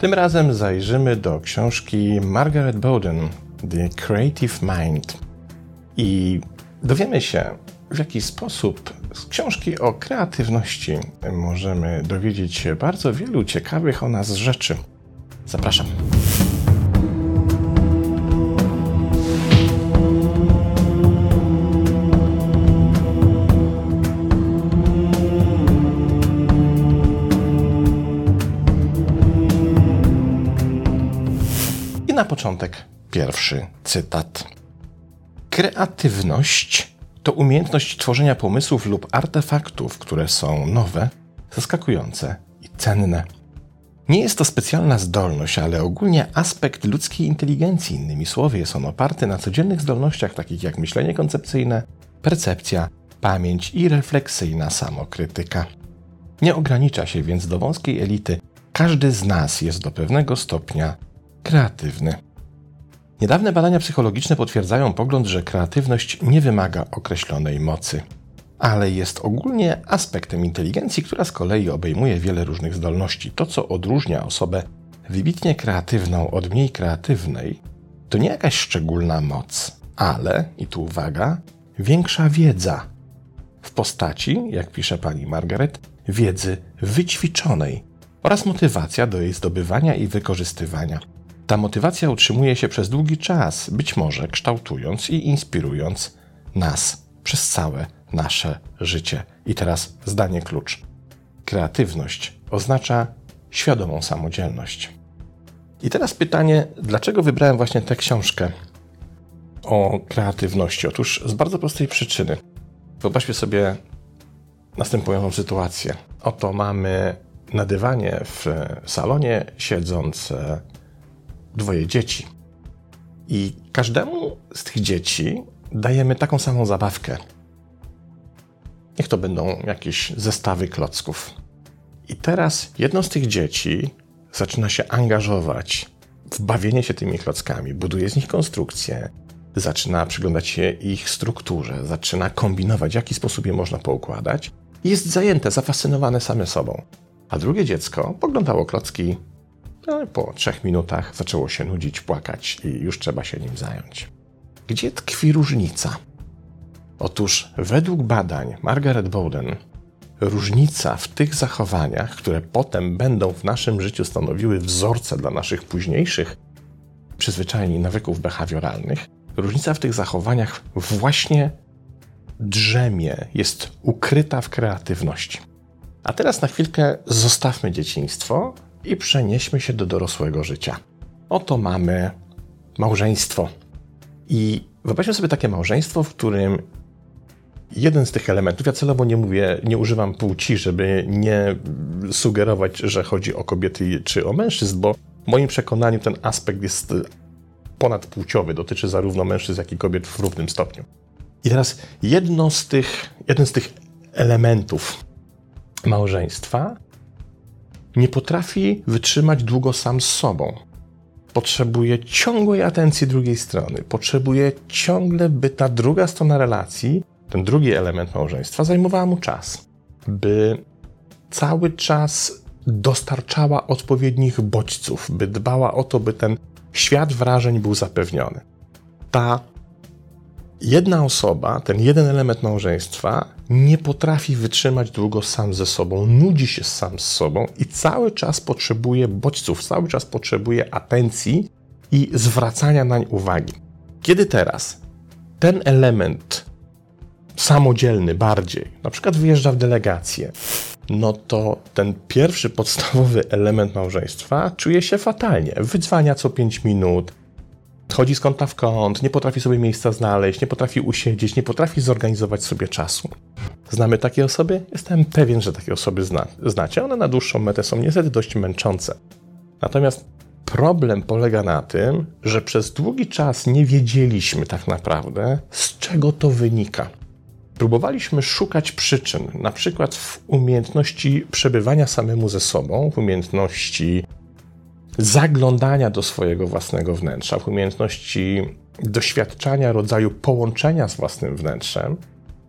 Tym razem zajrzymy do książki Margaret Bowden, The Creative Mind i dowiemy się, w jaki sposób z książki o kreatywności możemy dowiedzieć się bardzo wielu ciekawych o nas rzeczy. Zapraszam. I na początek pierwszy cytat. Kreatywność to umiejętność tworzenia pomysłów lub artefaktów, które są nowe, zaskakujące i cenne. Nie jest to specjalna zdolność, ale ogólnie aspekt ludzkiej inteligencji. Innymi słowy, jest on oparty na codziennych zdolnościach takich jak myślenie koncepcyjne, percepcja, pamięć i refleksyjna samokrytyka. Nie ogranicza się więc do wąskiej elity. Każdy z nas jest do pewnego stopnia kreatywny. Niedawne badania psychologiczne potwierdzają pogląd, że kreatywność nie wymaga określonej mocy, ale jest ogólnie aspektem inteligencji, która z kolei obejmuje wiele różnych zdolności. To, co odróżnia osobę wybitnie kreatywną od mniej kreatywnej, to nie jakaś szczególna moc, ale, i tu uwaga, większa wiedza w postaci, jak pisze pani Margaret, wiedzy wyćwiczonej oraz motywacja do jej zdobywania i wykorzystywania. Ta motywacja utrzymuje się przez długi czas, być może kształtując i inspirując nas przez całe nasze życie. I teraz zdanie klucz. Kreatywność oznacza świadomą samodzielność. I teraz pytanie, dlaczego wybrałem właśnie tę książkę o kreatywności? Otóż z bardzo prostej przyczyny. Wyobraźmy sobie następującą sytuację. Oto mamy na dywanie w salonie siedząc dwoje dzieci. I każdemu z tych dzieci dajemy taką samą zabawkę. Niech to będą jakieś zestawy klocków. I teraz jedno z tych dzieci zaczyna się angażować w bawienie się tymi klockami, buduje z nich konstrukcję, zaczyna przyglądać się ich strukturze, zaczyna kombinować, w jaki sposób je można poukładać i jest zajęte, zafascynowane same sobą. A drugie dziecko poglądało klocki, po 3 minutach zaczęło się nudzić, płakać i już trzeba się nim zająć. Gdzie tkwi różnica? Otóż według badań Margaret Bowden różnica w tych zachowaniach, które potem będą w naszym życiu stanowiły wzorce dla naszych późniejszych przyzwyczajeń i nawyków behawioralnych, różnica w tych zachowaniach właśnie drzemie, jest ukryta w kreatywności. A teraz na chwilkę zostawmy dzieciństwo i przenieśmy się do dorosłego życia. Oto mamy małżeństwo. I wyobraźmy sobie takie małżeństwo, w którym jeden z tych elementów, ja celowo nie używam płci, żeby nie sugerować, że chodzi o kobiety czy o mężczyzn, bo w moim przekonaniu ten aspekt jest ponadpłciowy, dotyczy zarówno mężczyzn, jak i kobiet w równym stopniu. I teraz jeden z tych elementów małżeństwa nie potrafi wytrzymać długo sam z sobą. Potrzebuje ciągłej atencji drugiej strony. Potrzebuje ciągle, by ta druga strona relacji, ten drugi element małżeństwa, zajmowała mu czas. By cały czas dostarczała odpowiednich bodźców, by dbała o to, by ten świat wrażeń był zapewniony. Ta jedna osoba, ten jeden element małżeństwa nie potrafi wytrzymać długo sam ze sobą, nudzi się sam z sobą i cały czas potrzebuje bodźców, cały czas potrzebuje atencji i zwracania nań uwagi. Kiedy teraz ten element samodzielny bardziej, na przykład wyjeżdża w delegację, no to ten pierwszy podstawowy element małżeństwa czuje się fatalnie. Wydzwania co 5 minut, chodzi z kąta w kąt, nie potrafi sobie miejsca znaleźć, nie potrafi usiedzieć, nie potrafi zorganizować sobie czasu. Znamy takie osoby? Jestem pewien, że takie osoby znacie. One na dłuższą metę są niestety dość męczące. Natomiast problem polega na tym, że przez długi czas nie wiedzieliśmy tak naprawdę, z czego to wynika. Próbowaliśmy szukać przyczyn, na przykład w umiejętności przebywania samemu ze sobą, w umiejętności zaglądania do swojego własnego wnętrza, w umiejętności doświadczania rodzaju połączenia z własnym wnętrzem,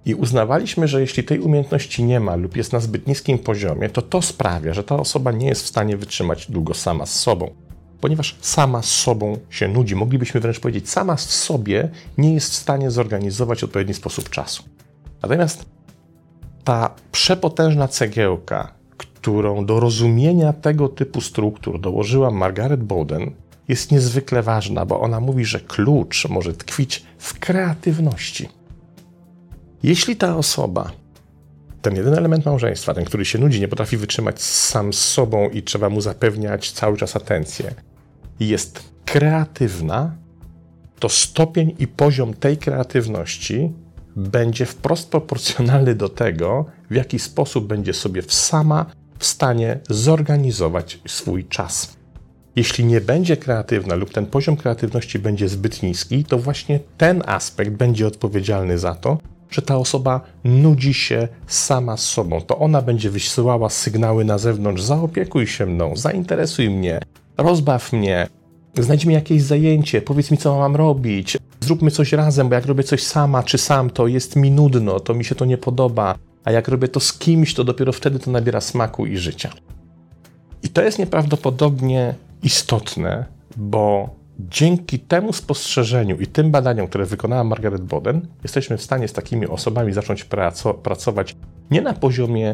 I uznawaliśmy, że jeśli tej umiejętności nie ma lub jest na zbyt niskim poziomie, to sprawia, że ta osoba nie jest w stanie wytrzymać długo sama z sobą. Ponieważ sama z sobą się nudzi. Moglibyśmy wręcz powiedzieć, sama w sobie nie jest w stanie zorganizować w odpowiedni sposób czasu. Natomiast ta przepotężna cegiełka, którą do rozumienia tego typu struktur dołożyła Margaret Bowden, jest niezwykle ważna, bo ona mówi, że klucz może tkwić w kreatywności. Jeśli ta osoba, ten jeden element małżeństwa, ten, który się nudzi, nie potrafi wytrzymać sam z sobą i trzeba mu zapewniać cały czas atencję, jest kreatywna, to stopień i poziom tej kreatywności będzie wprost proporcjonalny do tego, w jaki sposób będzie sobie sama w stanie zorganizować swój czas. Jeśli nie będzie kreatywna lub ten poziom kreatywności będzie zbyt niski, to właśnie ten aspekt będzie odpowiedzialny za to, że ta osoba nudzi się sama z sobą. To ona będzie wysyłała sygnały na zewnątrz: zaopiekuj się mną, zainteresuj mnie, rozbaw mnie, znajdź mi jakieś zajęcie, powiedz mi, co mam robić, zróbmy coś razem, bo jak robię coś sama czy sam, to jest mi nudno, to mi się to nie podoba, a jak robię to z kimś, to dopiero wtedy to nabiera smaku i życia. I to jest nieprawdopodobnie istotne, bo dzięki temu spostrzeżeniu i tym badaniom, które wykonała Margaret Bowden, jesteśmy w stanie z takimi osobami zacząć pracować nie na poziomie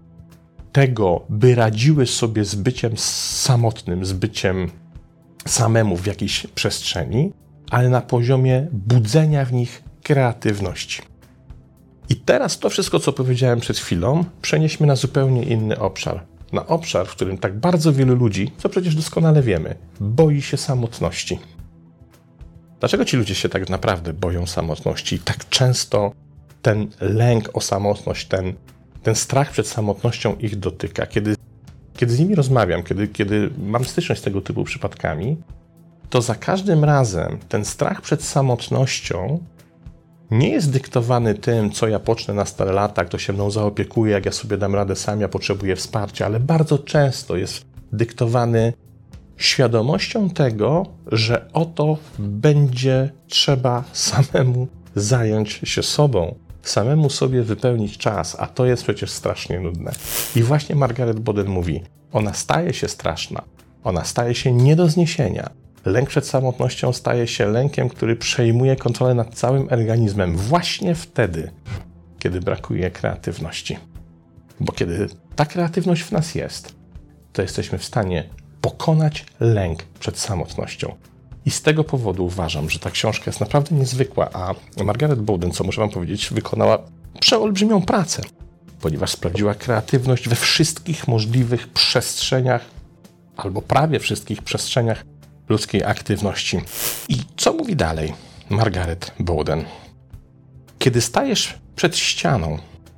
tego, by radziły sobie z byciem samotnym, z byciem samemu w jakiejś przestrzeni, ale na poziomie budzenia w nich kreatywności. I teraz to wszystko, co powiedziałem przed chwilą, przenieśmy na zupełnie inny obszar. Na obszar, w którym tak bardzo wielu ludzi, co przecież doskonale wiemy, boi się samotności. Dlaczego ci ludzie się tak naprawdę boją samotności? I tak często ten lęk o samotność, ten strach przed samotnością ich dotyka. Kiedy z nimi rozmawiam, kiedy mam styczność z tego typu przypadkami, to za każdym razem ten strach przed samotnością nie jest dyktowany tym, co ja pocznę na stare lata, kto się mną zaopiekuje, jak ja sobie dam radę sam, ja potrzebuję wsparcia, ale bardzo często jest dyktowany świadomością tego, że oto będzie trzeba samemu zająć się sobą, samemu sobie wypełnić czas, a to jest przecież strasznie nudne. I właśnie Margaret Bowden mówi, ona staje się straszna, ona staje się nie do zniesienia. Lęk przed samotnością staje się lękiem, który przejmuje kontrolę nad całym organizmem właśnie wtedy, kiedy brakuje kreatywności. Bo kiedy ta kreatywność w nas jest, to jesteśmy w stanie pokonać lęk przed samotnością. I z tego powodu uważam, że ta książka jest naprawdę niezwykła, a Margaret Bowden, co muszę wam powiedzieć, wykonała przeolbrzymią pracę, ponieważ sprawdziła kreatywność we wszystkich możliwych przestrzeniach, albo prawie wszystkich przestrzeniach ludzkiej aktywności. I co mówi dalej Margaret Bowden? Kiedy stajesz przed ścianą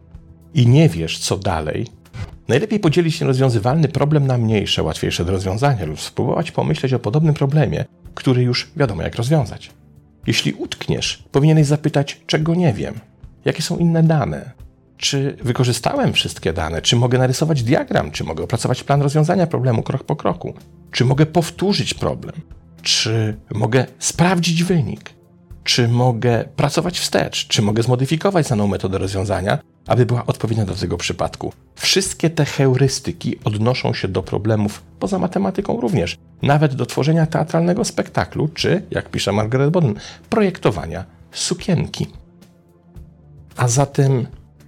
i nie wiesz, co dalej, najlepiej podzielić ten rozwiązywalny problem na mniejsze, łatwiejsze do rozwiązania lub spróbować pomyśleć o podobnym problemie, który już wiadomo jak rozwiązać. Jeśli utkniesz, powinieneś zapytać, czego nie wiem, jakie są inne dane, czy wykorzystałem wszystkie dane, czy mogę narysować diagram, czy mogę opracować plan rozwiązania problemu krok po kroku, czy mogę powtórzyć problem, czy mogę sprawdzić wynik, czy mogę pracować wstecz, czy mogę zmodyfikować daną metodę rozwiązania, aby była odpowiednia do tego przypadku. Wszystkie te heurystyki odnoszą się do problemów poza matematyką również, nawet do tworzenia teatralnego spektaklu, czy, jak pisze Margaret Bowden, projektowania sukienki. A zatem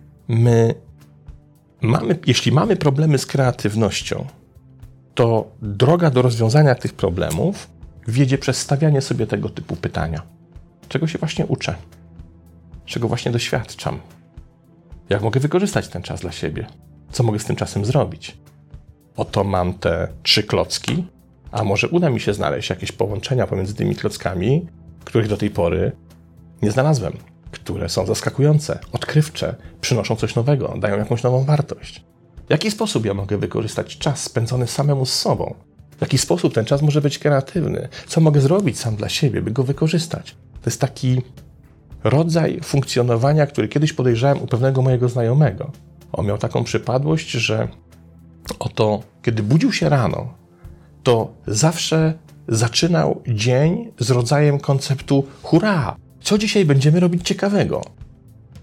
jeśli mamy problemy z kreatywnością, to droga do rozwiązania tych problemów wiedzie przez stawianie sobie tego typu pytania. Czego się właśnie uczę? Czego właśnie doświadczam? Jak mogę wykorzystać ten czas dla siebie? Co mogę z tym czasem zrobić? Oto mam te 3 klocki, a może uda mi się znaleźć jakieś połączenia pomiędzy tymi klockami, których do tej pory nie znalazłem, które są zaskakujące, odkrywcze, przynoszą coś nowego, dają jakąś nową wartość. W jaki sposób ja mogę wykorzystać czas spędzony samemu z sobą? W jaki sposób ten czas może być kreatywny? Co mogę zrobić sam dla siebie, by go wykorzystać? To jest taki rodzaj funkcjonowania, który kiedyś podejrzałem u pewnego mojego znajomego. On miał taką przypadłość, że oto, kiedy budził się rano, to zawsze zaczynał dzień z rodzajem konceptu hurra, co dzisiaj będziemy robić ciekawego?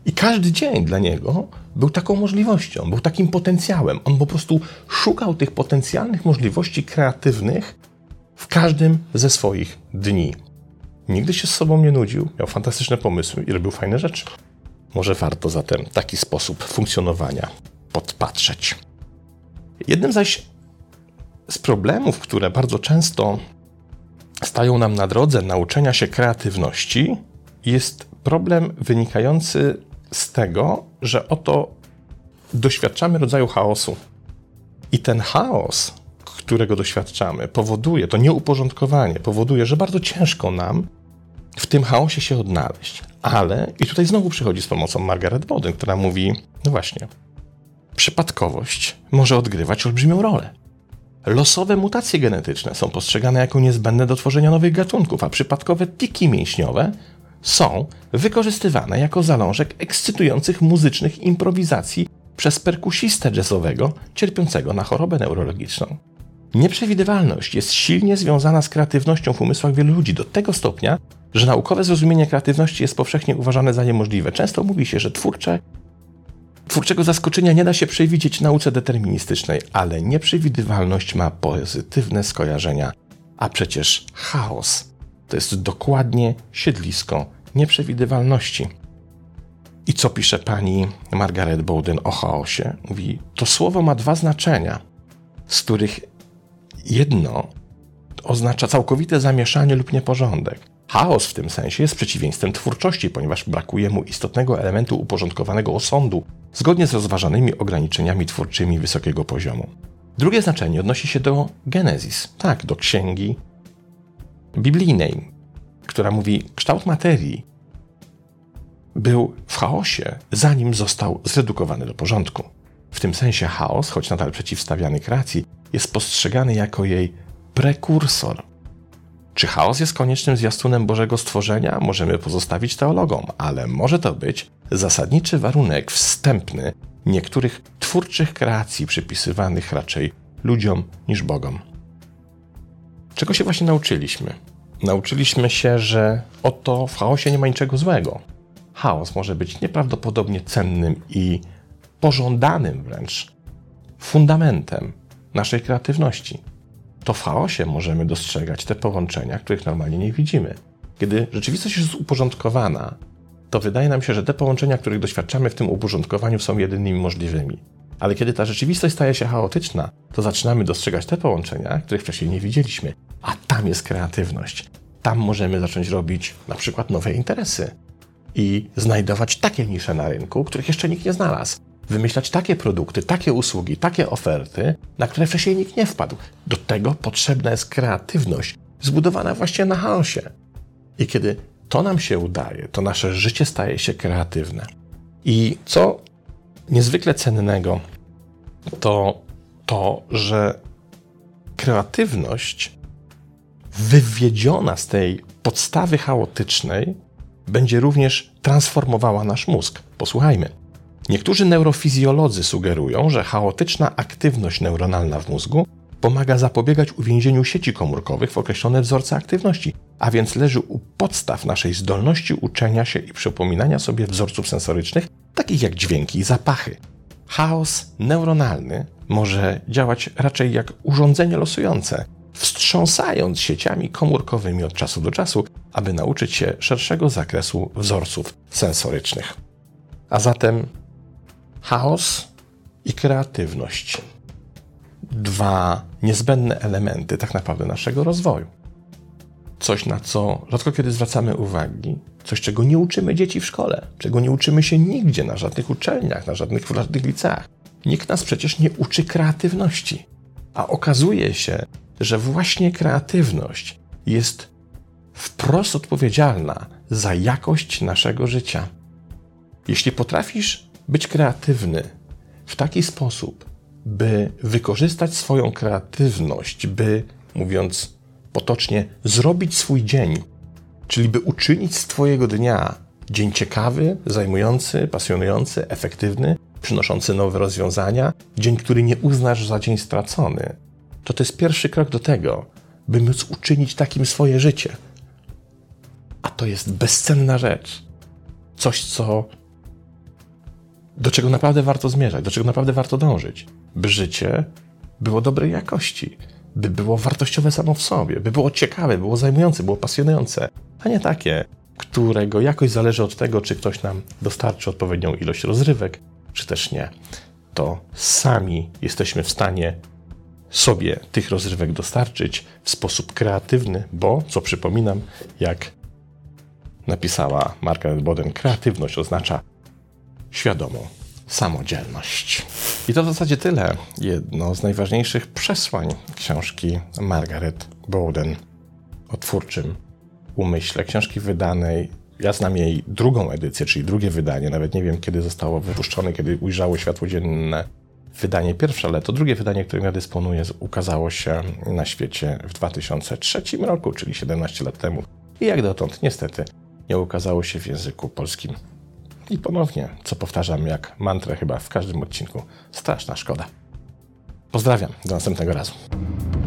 I każdy dzień dla niego był taką możliwością, był takim potencjałem. On po prostu szukał tych potencjalnych możliwości kreatywnych w każdym ze swoich dni. Nigdy się z sobą nie nudził, miał fantastyczne pomysły i robił fajne rzeczy. Może warto zatem taki sposób funkcjonowania podpatrzeć. Jednym zaś z problemów, które bardzo często stają nam na drodze nauczenia się kreatywności, jest problem wynikający z tego, że oto doświadczamy rodzaju chaosu. I ten chaos, którego doświadczamy, powoduje, to nieuporządkowanie, powoduje, że bardzo ciężko nam w tym chaosie się odnaleźć. Ale, i tutaj znowu przychodzi z pomocą Margaret Bowden, która mówi, no właśnie, przypadkowość może odgrywać olbrzymią rolę. Losowe mutacje genetyczne są postrzegane jako niezbędne do tworzenia nowych gatunków, a przypadkowe tiki mięśniowe są wykorzystywane jako zalążek ekscytujących muzycznych improwizacji przez perkusistę jazzowego cierpiącego na chorobę neurologiczną. Nieprzewidywalność jest silnie związana z kreatywnością w umysłach wielu ludzi do tego stopnia, że naukowe zrozumienie kreatywności jest powszechnie uważane za niemożliwe. Często mówi się, że twórczego zaskoczenia nie da się przewidzieć w nauce deterministycznej, ale nieprzewidywalność ma pozytywne skojarzenia, a przecież chaos to jest dokładnie siedlisko nieprzewidywalności. I co pisze pani Margaret Bowden o chaosie? Mówi, to słowo ma dwa znaczenia, z których jedno oznacza całkowite zamieszanie lub nieporządek. Chaos w tym sensie jest przeciwieństwem twórczości, ponieważ brakuje mu istotnego elementu uporządkowanego osądu, zgodnie z rozważanymi ograniczeniami twórczymi wysokiego poziomu. Drugie znaczenie odnosi się do Genezis, tak, do księgi biblijnej, która mówi, kształt materii był w chaosie, zanim został zredukowany do porządku. W tym sensie chaos, choć nadal przeciwstawiany kreacji, jest postrzegany jako jej prekursor. Czy chaos jest koniecznym zwiastunem Bożego stworzenia? Możemy pozostawić teologom, ale może to być zasadniczy warunek wstępny niektórych twórczych kreacji przypisywanych raczej ludziom niż Bogom. Czego się właśnie nauczyliśmy? Nauczyliśmy się, że oto w chaosie nie ma niczego złego. Chaos może być nieprawdopodobnie cennym i pożądanym wręcz fundamentem naszej kreatywności. To w chaosie możemy dostrzegać te połączenia, których normalnie nie widzimy. Kiedy rzeczywistość jest uporządkowana, to wydaje nam się, że te połączenia, których doświadczamy w tym uporządkowaniu, są jedynymi możliwymi. Ale kiedy ta rzeczywistość staje się chaotyczna, to zaczynamy dostrzegać te połączenia, których wcześniej nie widzieliśmy. A tam jest kreatywność. Tam możemy zacząć robić na przykład nowe interesy i znajdować takie nisze na rynku, których jeszcze nikt nie znalazł. Wymyślać takie produkty, takie usługi, takie oferty, na które wcześniej nikt nie wpadł. Do tego potrzebna jest kreatywność, zbudowana właśnie na chaosie. I kiedy to nam się udaje, to nasze życie staje się kreatywne. I co niezwykle cennego, to, że kreatywność wywiedziona z tej podstawy chaotycznej będzie również transformowała nasz mózg. Posłuchajmy. Niektórzy neurofizjolodzy sugerują, że chaotyczna aktywność neuronalna w mózgu pomaga zapobiegać uwięzieniu sieci komórkowych w określone wzorce aktywności, a więc leży u podstaw naszej zdolności uczenia się i przypominania sobie wzorców sensorycznych, takich jak dźwięki i zapachy. Chaos neuronalny może działać raczej jak urządzenie losujące, wstrząsając sieciami komórkowymi od czasu do czasu, aby nauczyć się szerszego zakresu wzorców sensorycznych. A zatem chaos i kreatywność. Dwa niezbędne elementy tak naprawdę naszego rozwoju. Coś, na co rzadko kiedy zwracamy uwagi, coś, czego nie uczymy dzieci w szkole, czego nie uczymy się nigdzie, na żadnych uczelniach, na żadnych liceach. Nikt nas przecież nie uczy kreatywności. A okazuje się, że właśnie kreatywność jest wprost odpowiedzialna za jakość naszego życia. Jeśli potrafisz być kreatywny w taki sposób, by wykorzystać swoją kreatywność, by, mówiąc potocznie, zrobić swój dzień, czyli by uczynić z twojego dnia dzień ciekawy, zajmujący, pasjonujący, efektywny, przynoszący nowe rozwiązania, dzień, który nie uznasz za dzień stracony, to jest pierwszy krok do tego, by móc uczynić takim swoje życie. A to jest bezcenna rzecz. Coś, co do czego naprawdę warto zmierzać, do czego naprawdę warto dążyć. By życie było dobrej jakości, by było wartościowe samo w sobie, by było ciekawe, było zajmujące, było pasjonujące, a nie takie, którego jakość zależy od tego, czy ktoś nam dostarczy odpowiednią ilość rozrywek, czy też nie. To sami jesteśmy w stanie sobie tych rozrywek dostarczyć w sposób kreatywny, bo, co przypominam, jak napisała Margaret Boden, kreatywność oznacza świadomą samodzielność. I to w zasadzie tyle. Jedno z najważniejszych przesłań książki Margaret Boden o twórczym umyśle. Książki wydanej, ja znam jej drugą edycję, czyli drugie wydanie. Nawet nie wiem, kiedy zostało wypuszczone, kiedy ujrzało światło dzienne wydanie pierwsze, ale to drugie wydanie, którym ja dysponuję, ukazało się na świecie w 2003 roku, czyli 17 lat temu. I jak dotąd, niestety, nie ukazało się w języku polskim. I ponownie, co powtarzam jak mantrę chyba w każdym odcinku, straszna szkoda. Pozdrawiam, do następnego razu.